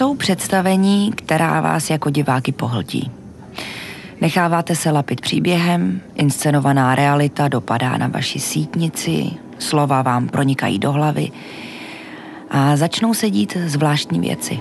Jsou představení, která vás jako diváky pohltí. Necháváte se lapit příběhem, inscenovaná realita dopadá na vaši sítnici, slova vám pronikají do hlavy a začnou se dít zvláštní věci.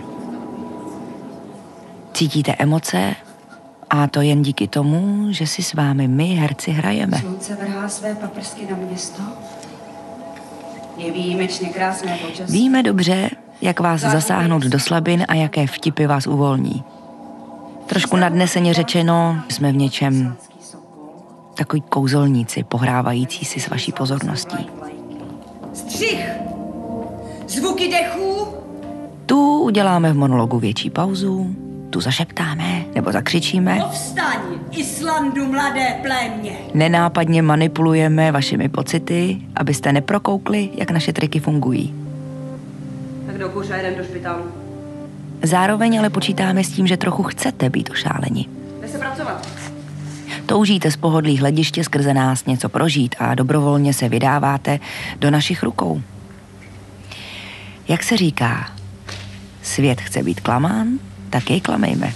Cítíte emoce a to jen díky tomu, že si s vámi my, herci, hrajeme. Slunce vrhá své paprsky na město. Je výjimečně krásné počasí. Víme dobře, jak vás zasáhnout do slabin a jaké vtipy vás uvolní. Trošku nadneseně řečeno, jsme v něčem takový kouzelníci, pohrávající si s vaší pozorností. Střih! Zvuky dechů! Tu uděláme v monologu větší pauzu, tu zašeptáme nebo zakřičíme. Povstaň, Islandu, mladé plémě! Nenápadně manipulujeme vašimi pocity, abyste neprokoukli, jak naše triky fungují. Tak do kuře, jdem do špitálu. Zároveň ale počítáme s tím, že trochu chcete být ošáleni. Jde se pracovat. Toužíte z pohodlí hlediště skrze nás něco prožít a dobrovolně se vydáváte do našich rukou. Jak se říká, svět chce být klamán, tak jej klamejme.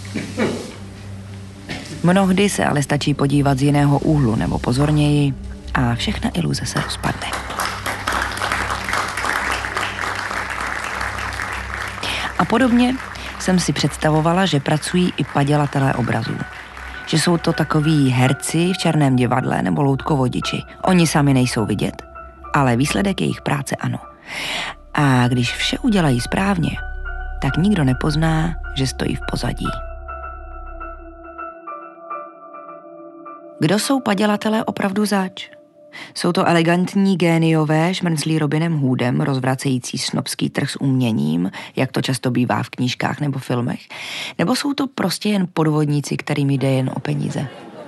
Mnohdy se ale stačí podívat z jiného úhlu nebo pozorněji a všechna iluze se rozpadne. A podobně jsem si představovala, že pracují i padělatelé obrazů. Že jsou to takoví herci v černém divadle nebo loutkovodiči. Oni sami nejsou vidět, ale výsledek jejich práce ano. A když vše udělají správně, tak nikdo nepozná, že stojí v pozadí. Kdo jsou padělatelé opravdu zač? Jsou to elegantní géniové, šmrnclí Robinem Hoodem, rozvracející snobský trh s uměním, jak to často bývá v knížkách nebo filmech? Nebo jsou to prostě jen podvodníci, kterým jde jen o peníze?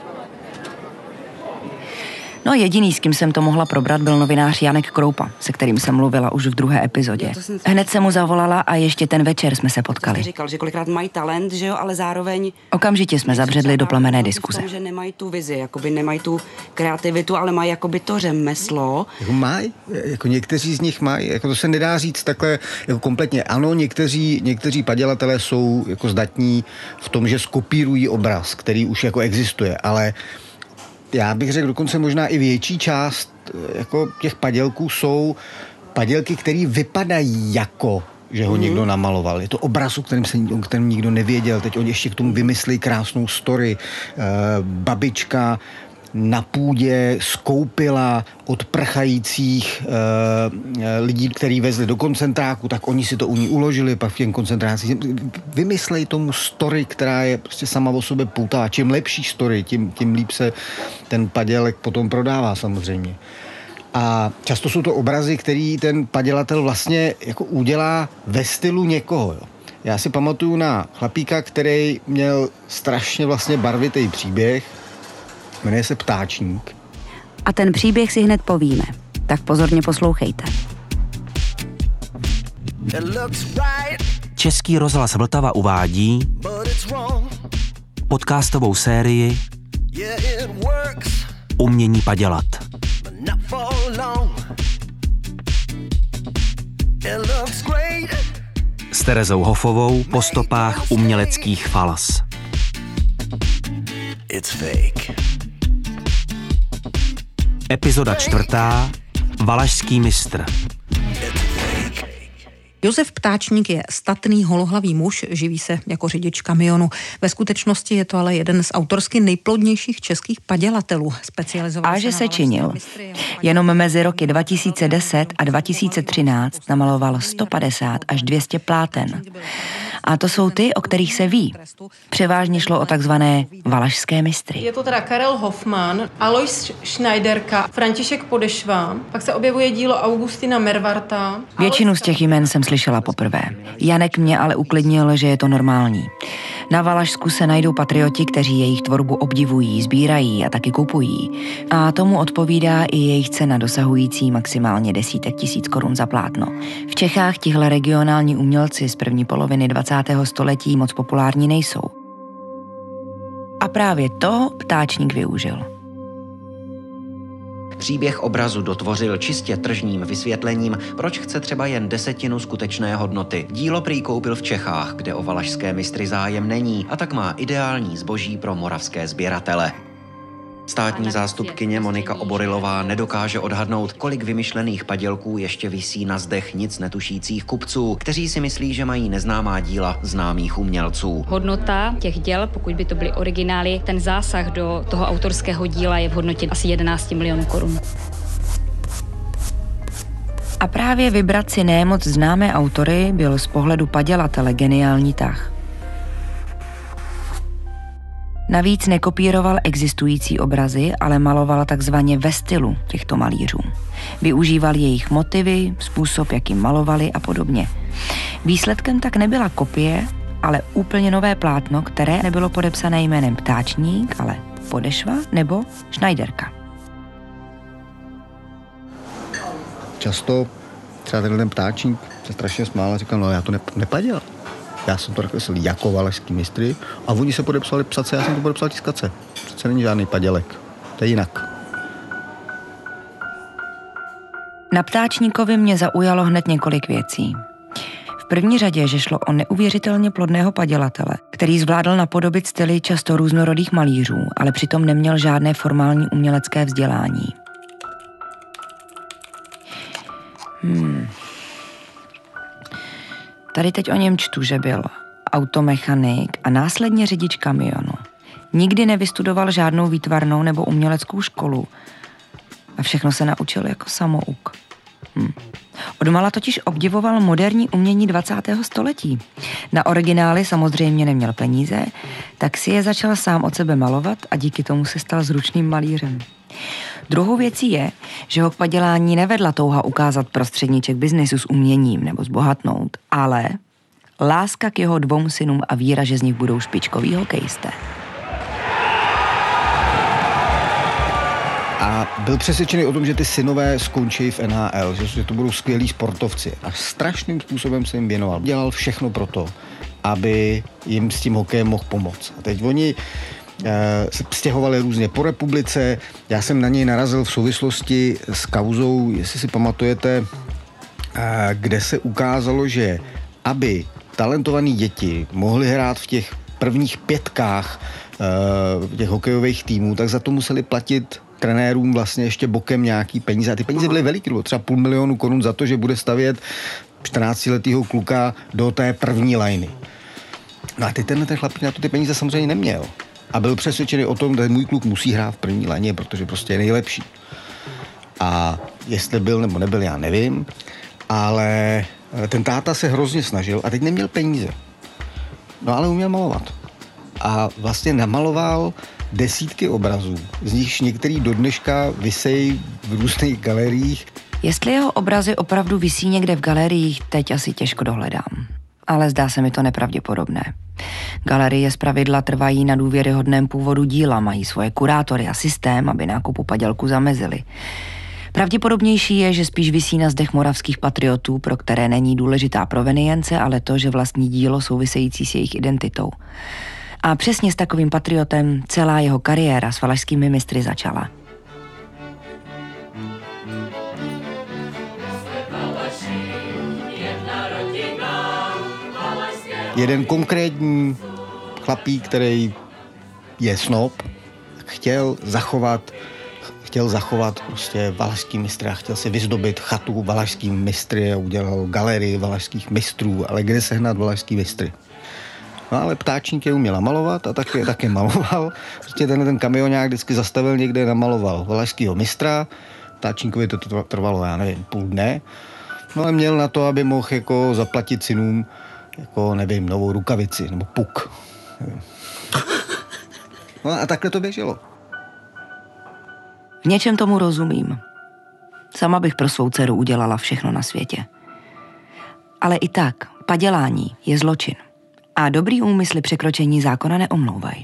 No jediný, s kým jsem to mohla probrat, byl novinář Janek Kroupa, se kterým jsem mluvila už v 2. epizodě. Hned jsem mu zavolala a ještě ten večer jsme se potkali. Říkal, že kolikrát mají talent, že jo, ale zároveň... Okamžitě jsme zabředli do plamenné diskuze. Že nemají tu vizi, jakoby nemají tu kreativitu, ale mají jakoby to řemeslo. Jako mají, jako někteří z nich mají, jako to se nedá říct takhle jako kompletně. Ano, někteří padělatelé jsou jako zdatní v tom, že skopírují obraz, který už jako existuje, ale já bych řekl dokonce možná i větší část jako těch padělků jsou padělky, které vypadají jako, že ho někdo namaloval. Je to obraz, o kterém nikdo nevěděl. Teď oni ještě k tomu vymyslí krásnou story. Babička na půdě skoupila od prchajících lidí, který vezli do koncentráku, tak oni si to u ní uložili, pak v těm koncentrácích vymyslej tomu story, která je prostě sama o sobě poutavá. Čím lepší story, tím líp se ten padělek potom prodává samozřejmě. A často jsou to obrazy, který ten padělatel vlastně jako udělá ve stylu někoho. Jo. Já si pamatuju na chlapíka, který měl strašně vlastně barvitý příběh, jmenuje se Ptáčník. A ten příběh si hned povíme, tak pozorně poslouchejte. Český rozhlas Vltava uvádí podcastovou sérii Umění padělat. S Terezou Hofovou po stopách uměleckých falas. Epizoda 4. Valašský mistr. Josef Ptáčník je statný holohlavý muž, živí se jako řidič kamionu. Ve skutečnosti je to ale jeden z autorsky nejplodnějších českých padělatelů. A že se činil. Jenom mezi roky 2010 a 2013 namaloval 150 až 200 pláten. A to jsou ty, o kterých se ví. Převážně šlo o takzvané valašské mistry. Je to teda Karel Hoffmann, Alois Schneiderka, František Podešva, pak se objevuje dílo Augustina Mervarta. Většinu z těch jmen jsem slyšela poprvé. Janek mě ale uklidnil, že je to normální. Na Valašsku se najdou patrioti, kteří jejich tvorbu obdivují, sbírají a taky kupují. A tomu odpovídá i jejich cena dosahující maximálně desítek tisíc korun za plátno. V Čechách tihle regionální umělci z první poloviny 20. století moc populární nejsou. A právě to Ptáčník využil. Příběh obrazu dotvořil čistě tržním vysvětlením, proč chce třeba jen 10% skutečné hodnoty. Dílo prý koupil v Čechách, kde o valašské mistry zájem není, a tak má ideální zboží pro moravské sběratele. Státní zástupkyně Monika Oborilová nedokáže odhadnout, kolik vymyšlených padělků ještě visí na zdech nic netušících kupců, kteří si myslí, že mají neznámá díla známých umělců. Hodnota těch děl, pokud by to byly originály, ten zásah do toho autorského díla je v hodnotě asi 11 milionů korun. A právě vybrat si nemoc známé autory byl z pohledu padělatele geniální tah. Navíc nekopíroval existující obrazy, ale maloval takzvaně ve stylu těchto malířů. Využíval jejich motivy, způsob, jakým malovali a podobně. Výsledkem tak nebyla kopie, ale úplně nové plátno, které nebylo podepsané jménem Ptáčník, ale Podešva nebo Schneiderka. Často třeba ten Ptáčník se strašně smál a říkal, no já to nepadělal. Já jsem to nakreslil jako valašský mistry a oni se podepsali psace, já jsem to podepsal tiskace. Přece není žádný padělek. To je jinak. Na Ptáčníkovi mě zaujalo hned několik věcí. V první řadě, že šlo o neuvěřitelně plodného padělatele, který zvládl napodobit styly často různorodých malířů, ale přitom neměl žádné formální umělecké vzdělání. Tady teď o něm čtu, že byl automechanik a následně řidič kamionu. Nikdy nevystudoval žádnou výtvarnou nebo uměleckou školu a všechno se naučil jako samouk. Odmala totiž obdivoval moderní umění 20. století. Na originály samozřejmě neměl peníze, tak si je začal sám od sebe malovat a díky tomu se stal zručným malířem. Druhou věcí je, že ho k padělání nevedla touha ukázat prostředníček biznesu s uměním nebo zbohatnout, ale láska k jeho 2 synům a víra, že z nich budou špičkoví hokejisté. A byl přesvědčený o tom, že ty synové skončí v NHL, že to budou skvělí sportovci. A strašným způsobem se jim věnoval. Dělal všechno pro to, aby jim s tím hokejem mohl pomoct. A teď oni se stěhovali různě po republice. Já jsem na něj narazil v souvislosti s kauzou, jestli si pamatujete, kde se ukázalo, že aby talentovaní děti mohly hrát v těch prvních 5 těch hokejových týmů, tak za to museli platit trenérům vlastně ještě bokem nějaký peníze. A ty peníze byly veliký, třeba 500 000 korun za to, že bude stavět 14letýho kluka do té první lajny. No a ten chlapík na to ty peníze samozřejmě neměl. A byl přesvědčený o tom, že můj kluk musí hrát v první lajně, protože prostě je nejlepší. A jestli byl nebo nebyl, já nevím, ale ten táta se hrozně snažil a teď neměl peníze. No ale uměl malovat. A vlastně namaloval desítky obrazů, z nichž některý do dneška visejí v různých galeriích. Jestli jeho obrazy opravdu visí někde v galeriích, teď asi těžko dohledám. Ale zdá se mi to nepravděpodobné. Galerie zpravidla trvají na důvěryhodném původu díla, mají svoje kurátory a systém, aby nákupu padělku zamezili. Pravděpodobnější je, že spíš visí na zdech moravských patriotů, pro které není důležitá provenience, ale to, že vlastní dílo související s jejich identitou. A přesně s takovým patriotem celá jeho kariéra s valašskými mistry začala. Jeden konkrétní chlapík, který je snob, chtěl zachovat prostě valašský mistry a chtěl si vyzdobit chatu valašským mistry a udělal galerii valašských mistrů, ale kde sehnat valašský mistry? No ale Ptáčník je uměl malovat a taky maloval. Prostě ten kamionák vždycky zastavil někde, namaloval valašského mistra. Ptáčníkovi to trvalo, já nevím, 0,5 dne. No ale měl na to, aby mohl jako zaplatit synům jako, nevím, novou rukavici nebo puk. Nevím. No a takhle to běželo. V něčem tomu rozumím. Sama bych pro svou dceru udělala všechno na světě. Ale i tak, padělání je zločin. A dobrý úmysly překročení zákona neomlouvají.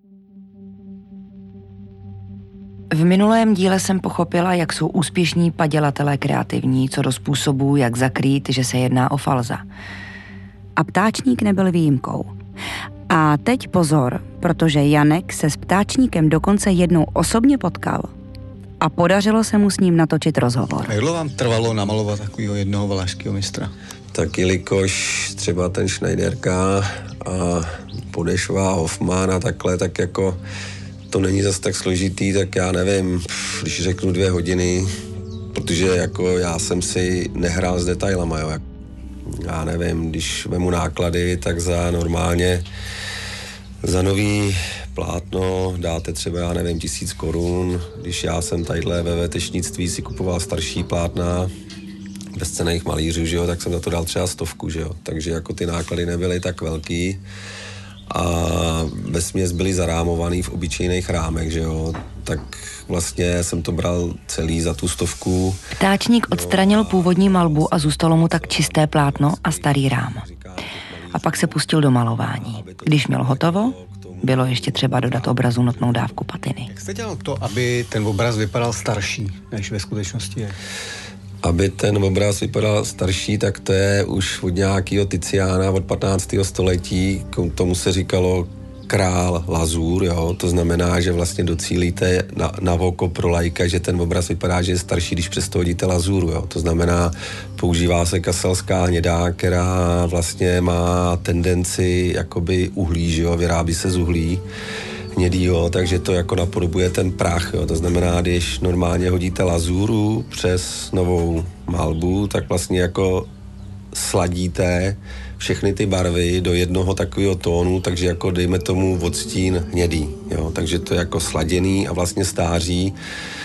V minulém díle jsem pochopila, jak jsou úspěšní padělatelé kreativní, co do způsobu, jak zakrýt, že se jedná o falza. A Ptáčník nebyl výjimkou. A teď pozor, protože Janek se s Ptáčníkem dokonce jednou osobně potkal. a podařilo se mu s ním natočit rozhovor. A jak dlouho vám trvalo namalovat takového jednoho valašského mistra? Tak jelikož třeba ten Schneiderka a Podešva, Hoffman a takhle, tak jako to není zas tak složitý, tak já nevím, když řeknu 2 hodiny, protože jako já jsem si nehrál s detailama, jo. Já nevím, když vemu náklady, tak za nový plátno dáte třeba, já nevím, 1000 korun. Když já jsem tadyhle ve vetešnictví si kupoval starší plátna bezcenných malířů, že jo, tak jsem za to dal třeba 100, že jo. Takže jako ty náklady nebyly tak velký a vesměs byly zarámovaný v obyčejných rámech, že jo. Tak vlastně jsem to bral celý za tu 100. Ptáčník odstranil původní malbu a zůstalo mu tak čisté plátno a starý rám. A pak se pustil do malování. Když měl hotovo, bylo ještě třeba dodat obrazu notnou dávku patiny. Jak jste dělal to, aby ten obraz vypadal starší, než ve skutečnosti je? Aby ten obraz vypadal starší, tak to je už od nějakého Tiziana od 15. století, tomu se říkalo král lazur, jo, to znamená, že vlastně docílíte na oko pro laika, že ten obraz vypadá, že je starší, když přesto hodíte lazuru, jo, to znamená, používá se kaselská hnědá, která vlastně má tendenci jakoby uhlí, že jo, vyrábí se z uhlí hnědýho, takže to jako napodobuje ten prach, jo, to znamená, když normálně hodíte lazuru přes novou malbu, tak vlastně jako sladíte všechny ty barvy do jednoho takového tónu, takže jako dejme tomu odstín hnědý, jo, takže to je jako sladěný a vlastně stáří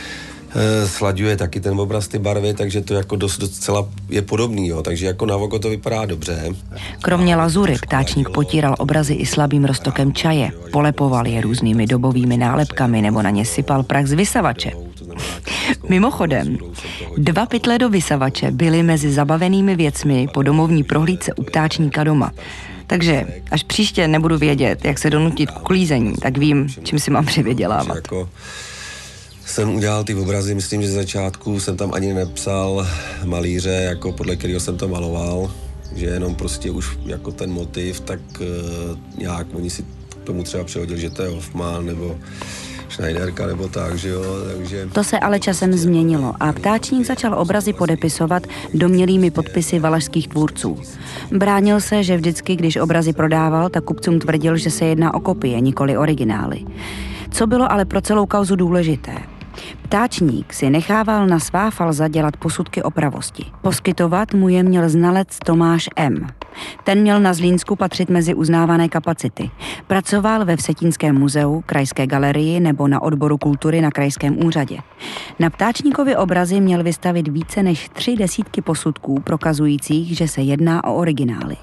slaďuje taky ten obraz ty barvy, takže to jako docela je podobný, jo, takže jako na oko to vypadá dobře. Kromě lazury ptáčník potíral obrazy i slabým roztokem čaje, polepoval je různými dobovými nálepkami nebo na ně sypal prach z vysavače. Mimochodem, 2 pytle do vysavače byly mezi zabavenými věcmi po domovní prohlídce u ptáčníka doma. Takže až příště nebudu vědět, jak se donutit k uklízení, tak vím, čím si mám přivydělávat. Jako jsem udělal ty obrazy, myslím, že z začátku jsem tam ani nepsal malíře, jako podle kterého jsem to maloval, že jenom prostě už jako ten motiv, tak nějak oni si tomu třeba přehodili, že to je Hoffman nebo Schneiderka nebo tak, že jo, takže... To se ale časem změnilo a ptáčník začal obrazy podepisovat domnělými podpisy valašských tvůrců. Bránil se, že vždycky, když obrazy prodával, tak kupcům tvrdil, že se jedná o kopie, nikoli originály. Co bylo ale pro celou kauzu důležité? Ptáčník si nechával na svá falza dělat posudky o pravosti. Poskytovat mu je měl znalec Tomáš M. Ten měl na Zlínsku patřit mezi uznávané kapacity. Pracoval ve Vsetínském muzeu, Krajské galerii nebo na odboru kultury na Krajském úřadě. Na Ptáčníkově obrazy měl vystavit více než 30 posudků prokazujících, že se jedná o originály.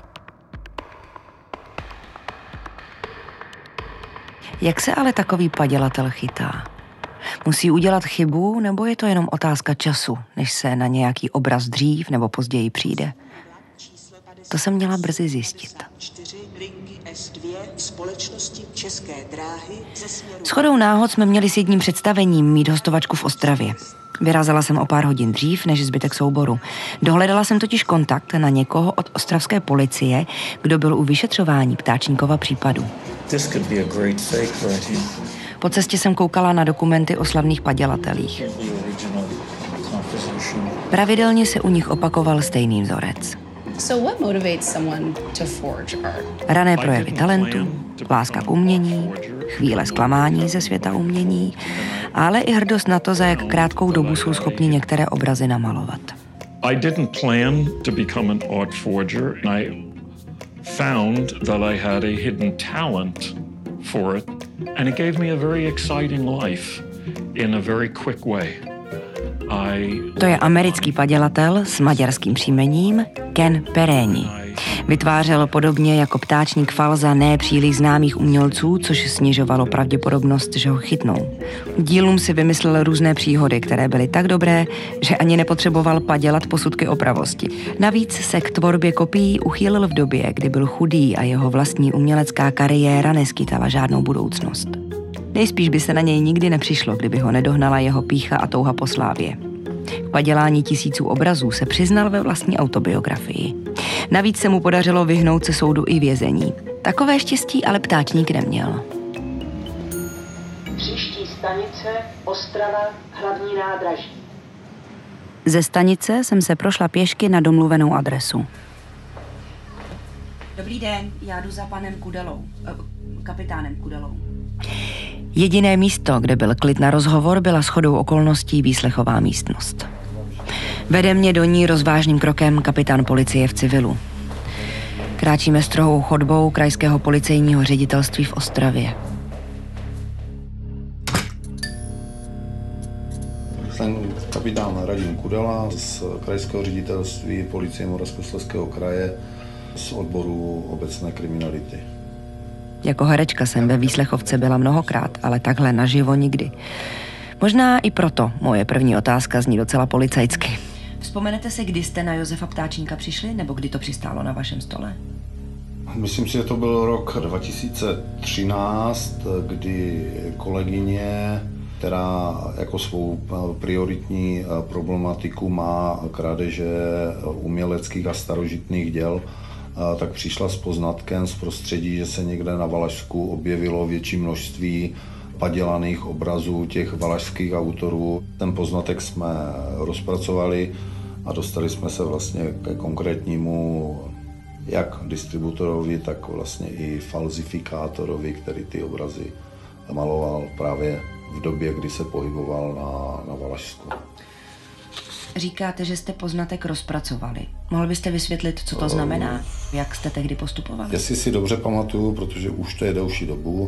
Jak se ale takový padělatel chytá? Musí udělat chybu, nebo je to jenom otázka času, než se na nějaký obraz dřív nebo později přijde? To jsem měla brzy zjistit. Shodou náhod jsme měli s jedním představením mít hostovačku v Ostravě. Vyrazila jsem o pár hodin dřív než zbytek souboru. Dohledala jsem totiž kontakt na někoho od ostravské policie, kdo byl u vyšetřování Ptáčníkova případu. Po cestě jsem koukala na dokumenty o slavných padělatelích. Pravidelně se u nich opakoval stejný vzorec. Rané projevy talentu, láska k umění, chvíle zklamání ze světa umění, ale i hrdost na to, za jak krátkou dobu jsou schopni některé obrazy namalovat. I didn't plan to become an art forger. I found that I had a hidden talent for it, and it gave me a very exciting life in a very quick way. To je americký padělatel s maďarským příjmením Ken Peréni. Vytvářel podobně jako Ptáčník falza nepříliš známých umělců, což snižovalo pravděpodobnost, že ho chytnou. Dílům si vymyslel různé příhody, které byly tak dobré, že ani nepotřeboval padělat posudky o pravosti. Navíc se k tvorbě kopií uchýlil v době, kdy byl chudý a jeho vlastní umělecká kariéra neskytala žádnou budoucnost. Nejspíš by se na něj nikdy nepřišlo, kdyby ho nedohnala jeho pýcha a touha po slávě. K padělání tisíců obrazů se přiznal ve vlastní autobiografii. Navíc se mu podařilo vyhnout se soudu i vězení. Takové štěstí ale Ptáčník neměl. Příští stanice Ostrava hlavní nádraží. Ze stanice jsem se prošla pěšky na domluvenou adresu. Dobrý den, já jdu za panem Kudelou, kapitánem Kudelou. Jediné místo, kde byl klid na rozhovor, byla shodou okolností výslechová místnost. Vede mě do ní rozvážným krokem kapitán policie v civilu. Kráčíme strohou chodbou krajského policejního ředitelství v Ostravě. Jsem kapitán Radim Kudela z krajského ředitelství policie Moravskoslezského kraje z odboru obecné kriminality. Jako herečka jsem ve výslechovce byla mnohokrát, ale takhle naživo nikdy. Možná i proto moje první otázka zní docela policajsky. Vzpomenete si, kdy jste na Josefa Ptáčníka přišli, nebo kdy to přistálo na vašem stole? Myslím si, že to byl rok 2013, kdy kolegyně, která jako svou prioritní problematiku má krádeže uměleckých a starožitných děl, tak přišla s poznatkem z prostředí, že se někde na Valašsku objevilo větší množství padělaných obrazů těch valašských autorů. Ten poznatek jsme rozpracovali a dostali jsme se vlastně ke konkrétnímu jak distributorovi, tak vlastně i falzifikátorovi, který ty obrazy maloval právě v době, kdy se pohyboval na Valašsku. Říkáte, že jste poznatek rozpracovali. Mohl byste vysvětlit, co to znamená? Jak jste tehdy postupovali? Jestli si dobře pamatuju, protože už to je delší dobu,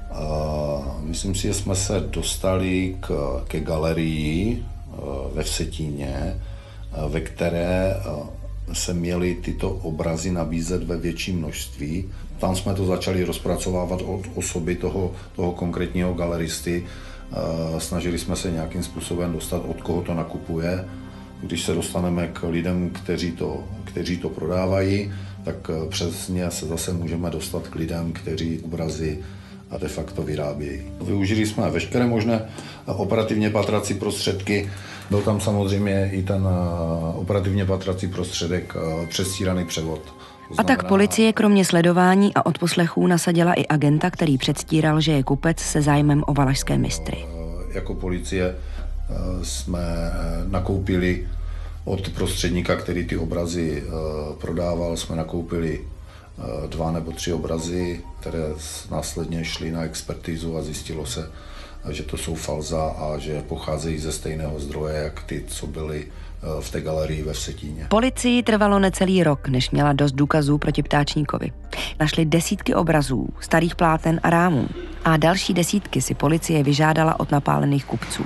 myslím si, že jsme se dostali ke galerii ve Vsetíně, ve které se měly tyto obrazy nabízet ve větším množství. Tam jsme to začali rozpracovávat od osoby toho konkrétního galeristy. Snažili jsme se nějakým způsobem dostat, od koho to nakupuje. Když se dostaneme k lidem, kteří to prodávají, tak přes ně se zase můžeme dostat k lidem, kteří obrazy a de facto vyrábějí. Využili jsme veškeré možné operativně patrací prostředky. Byl tam samozřejmě i ten operativně patrací prostředek předstíraný převod. A tak policie kromě sledování a odposlechů nasadila i agenta, který předstíral, že je kupec se zájmem o valašské mistry. Jako policie jsme nakoupili od prostředníka, který ty obrazy prodával, jsme nakoupili 2 nebo 3 obrazy, které následně šly na expertizu a zjistilo se, že to jsou falza a že pocházejí ze stejného zdroje, jak ty, co byly v té galerii ve Vsetíně. Policii trvalo necelý rok, než měla dost důkazů proti Ptáčníkovi. Našli desítky obrazů, starých pláten a rámů. A další desítky si policie vyžádala od napálených kupců.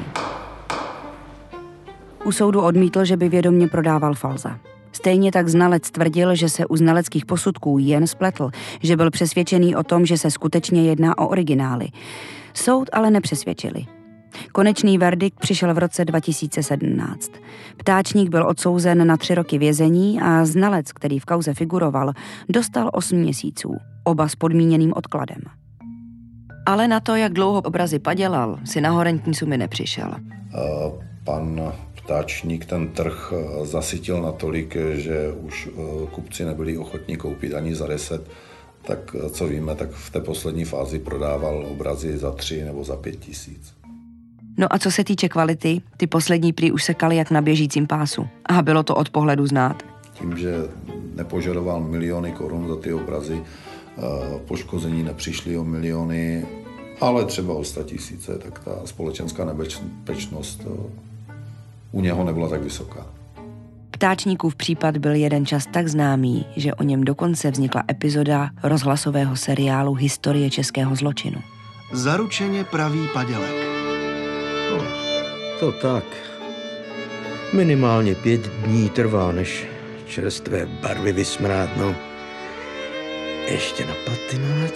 U soudu odmítl, že by vědomě prodával falza. Stejně tak znalec tvrdil, že se u znaleckých posudků jen spletl, že byl přesvědčený o tom, že se skutečně jedná o originály. Soud ale nepřesvědčili. Konečný verdikt přišel v roce 2017. Ptáčník byl odsouzen na 3 roky vězení a znalec, který v kauze figuroval, dostal 8 měsíců, oba s podmíněným odkladem. Ale na to, jak dlouho obrazy padělal, si na horentní sumy nepřišel. Pan Ptáčník ten trh zasytil natolik, že už kupci nebyli ochotní koupit ani za 10, tak co víme, tak v té poslední fázi prodával obrazy za 3 nebo za 5 tisíc. No a co se týče kvality, ty poslední prý už sekaly jak na běžícím pásu. A bylo to od pohledu znát. Tím, že nepožadoval miliony korun za ty obrazy, poškození nepřišly o miliony, ale třeba o 100 000, tak ta společenská nebezpečnost u něho nebyla tak vysoká. Ptáčníkův případ byl jeden čas tak známý, že o něm dokonce vznikla epizoda rozhlasového seriálu Historie českého zločinu. Zaručeně pravý padělek. No, to tak. Minimálně 5 dní trvá, než čerstvé barvy vysmrádnou. Ještě na patinát?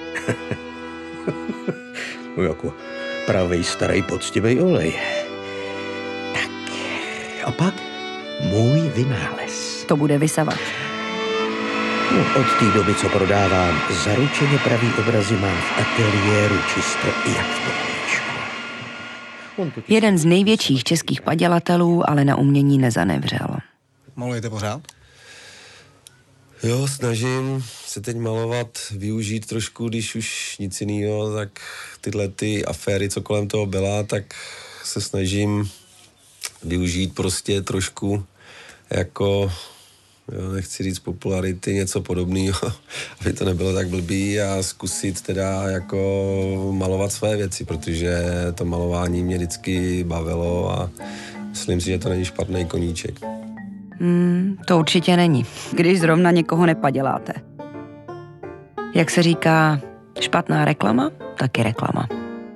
No jako pravej starý poctivej olej. Tak, a pak můj vynález. To bude vysavač. No, od té doby, co prodávám zaručeně pravý obrazy, mám v ateliéru čisto jak v pohníčku. Jeden z největších českých padělatelů ale na umění nezanevřel. Malujete pořád? Jo, snažím se teď malovat, využít trošku, když už nic jiného, tak tyhle ty aféry, co kolem toho byla, tak se snažím využít prostě trošku jako, jo, nechci říct popularity, něco podobného, aby to nebylo tak blbý a zkusit teda jako malovat své věci, protože to malování mě vždycky bavilo a myslím si, že to není špatný koníček. To určitě není, když zrovna někoho nepaděláte. Jak se říká, špatná reklama, taky reklama.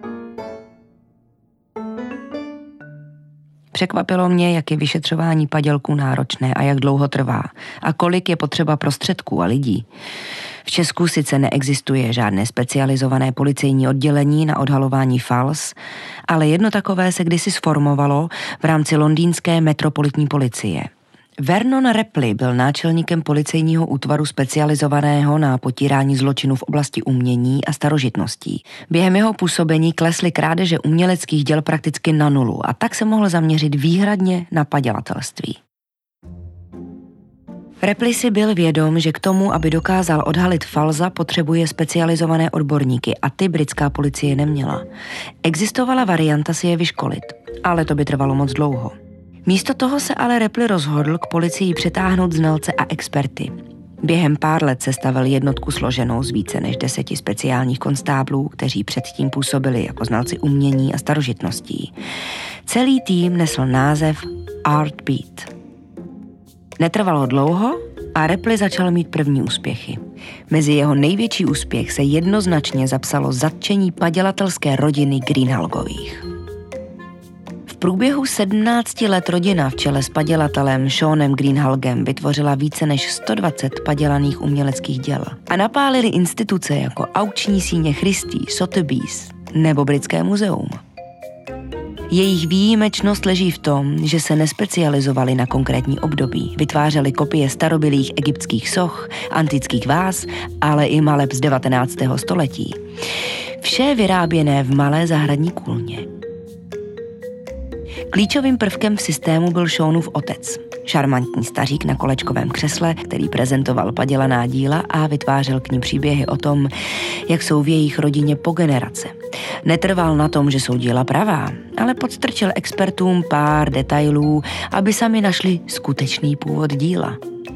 Překvapilo mě, jak je vyšetřování padělků náročné a jak dlouho trvá a kolik je potřeba prostředků a lidí. V Česku sice neexistuje žádné specializované policejní oddělení na odhalování fals, ale jedno takové se kdysi sformovalo v rámci londýnské metropolitní policie. Vernon Rapley byl náčelníkem policejního útvaru specializovaného na potírání zločinů v oblasti umění a starožitností. Během jeho působení klesly krádeže uměleckých děl prakticky na nulu a tak se mohl zaměřit výhradně na padělatelství. Rapley si byl vědom, že k tomu, aby dokázal odhalit falza, potřebuje specializované odborníky a ty britská policie neměla. Existovala varianta si je vyškolit, ale to by trvalo moc dlouho. Místo toho se ale Rapley rozhodl k policii přitáhnout znalce a experty. Během pár let sestavil jednotku složenou z více než 10 speciálních konstáblů, kteří předtím působili jako znalci umění a starožitností. Celý tým nesl název Art Beat. Netrvalo dlouho a Rapley začal mít první úspěchy. Mezi jeho největší úspěch se jednoznačně zapsalo zatčení padělatelské rodiny Greenhalghových. V průběhu 17 let rodina v čele s padělatelem Seanem Greenhalghem vytvořila více než 120 padělaných uměleckých děl a napálili instituce jako aukční síně Christie's, Sotheby's nebo Britské muzeum. Jejich výjimečnost leží v tom, že se nespecializovali na konkrétní období. Vytvářeli kopie starobylých egyptských soch, antických váz, ale i maleb z 19. století. Vše vyráběné v malé zahradní kůlně. Klíčovým prvkem v systému byl Seanův otec, šarmantní stařík na kolečkovém křesle, který prezentoval padělaná díla a vytvářel k ní příběhy o tom, jak jsou v jejich rodině po generace. Netrval na tom, že jsou díla pravá, ale podstrčil expertům pár detailů, aby sami našli skutečný původ díla.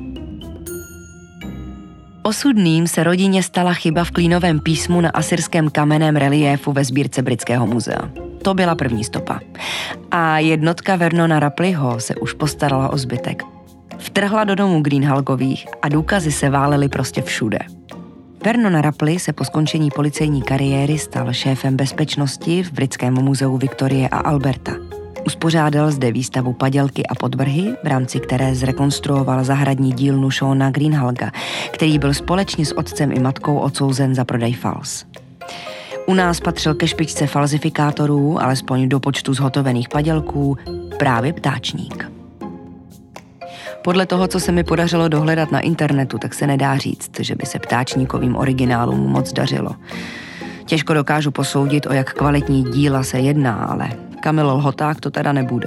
Osudným se rodině stala chyba v klínovém písmu na asyrském kamenném reliéfu ve sbírce Britského muzea. To byla první stopa. A jednotka Vernona Rapleyho se už postarala o zbytek. Vtrhla do domu Greenhalghových a důkazy se válely prostě všude. Vernon Rapley se po skončení policejní kariéry stal šéfem bezpečnosti v Britském muzeu Viktorie a Alberta. Uspořádal zde výstavu Padělky a podvrhy, v rámci které zrekonstruoval zahradní dílnu Seana Greenhalgha, který byl společně s otcem i matkou odsouzen za prodej fals. U nás patřil ke špičce falzifikátorů, alespoň do počtu zhotovených padělků, právě Ptáčník. Podle toho, co se mi podařilo dohledat na internetu, tak se nedá říct, že by se Ptáčníkovým originálům moc dařilo. Těžko dokážu posoudit, o jak kvalitní díla se jedná, ale Kamil Lhoták to teda nebude.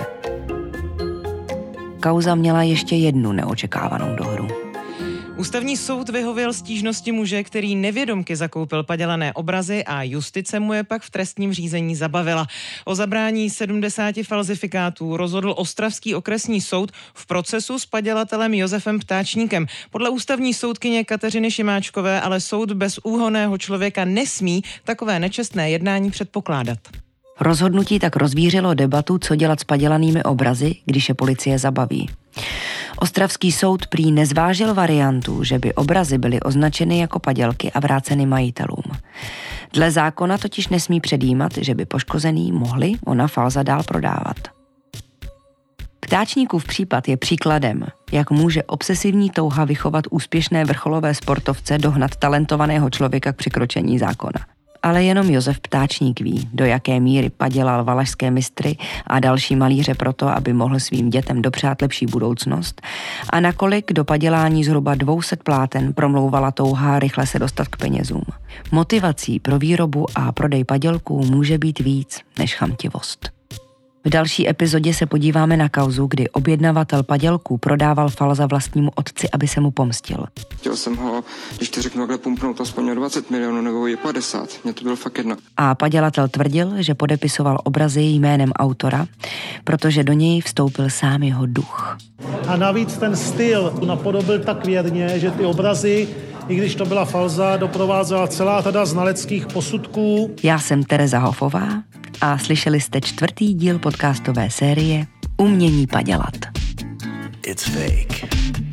Kauza měla ještě jednu neočekávanou dohru. Ústavní soud vyhověl stížnosti muže, který nevědomky zakoupil padělané obrazy a justice mu je pak v trestním řízení zabavila. O zabrání 70 falzifikátů rozhodl ostravský okresní soud v procesu s padělatelem Josefem Ptáčníkem. Podle ústavní soudkyně Kateřiny Šimáčkové ale soud bez úhonného člověka nesmí takové nečestné jednání předpokládat. Rozhodnutí tak rozvířilo debatu, co dělat s padělanými obrazy, když je policie zabaví. Ostravský soud prý nezvážil variantu, že by obrazy byly označeny jako padělky a vráceny majitelům. Dle zákona totiž nesmí předjímat, že by poškozený mohli ona falza dál prodávat. Ptáčníkův případ je příkladem, jak může obsesivní touha vychovat úspěšné vrcholové sportovce dohnat talentovaného člověka k překročení zákona. Ale jenom Josef Ptáčník ví, do jaké míry padělal valašské mistry a další malíře proto, aby mohl svým dětem dopřát lepší budoucnost a nakolik do padělání zhruba 200 pláten promlouvala touha rychle se dostat k penězům. Motivací pro výrobu a prodej padělků může být víc než chamtivost. V další epizodě se podíváme na kauzu, kdy objednavatel padělků prodával falza vlastnímu otci, aby se mu pomstil. Chtěl jsem ho, když ti řeknu, takhle pumpnout aspoň 20 milionů nebo je 50. Mně to bylo fakt jedno. A padělatel tvrdil, že podepisoval obrazy jménem autora, protože do něj vstoupil sám jeho duch. A navíc ten styl napodobil tak věrně, že ty obrazy, i když to byla falza, doprovázela celá řada znaleckých posudků. Já jsem Tereza Hofová a slyšeli jste 4. díl podcastové série Umění padělat. It's fake.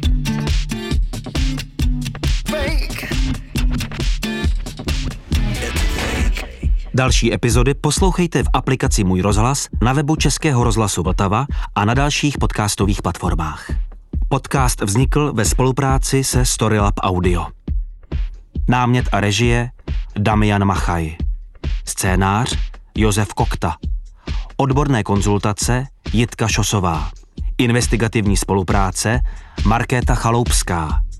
Fake. Další epizody poslouchejte v aplikaci Můj rozhlas, na webu Českého rozhlasu Vltava a na dalších podcastových platformách. Podcast vznikl ve spolupráci se Storylab Audio. Námět a režie Damian Machaj. Scénář Josef Kokta. Odborné konzultace Jitka Šosová. Investigativní spolupráce Markéta Chaloupská.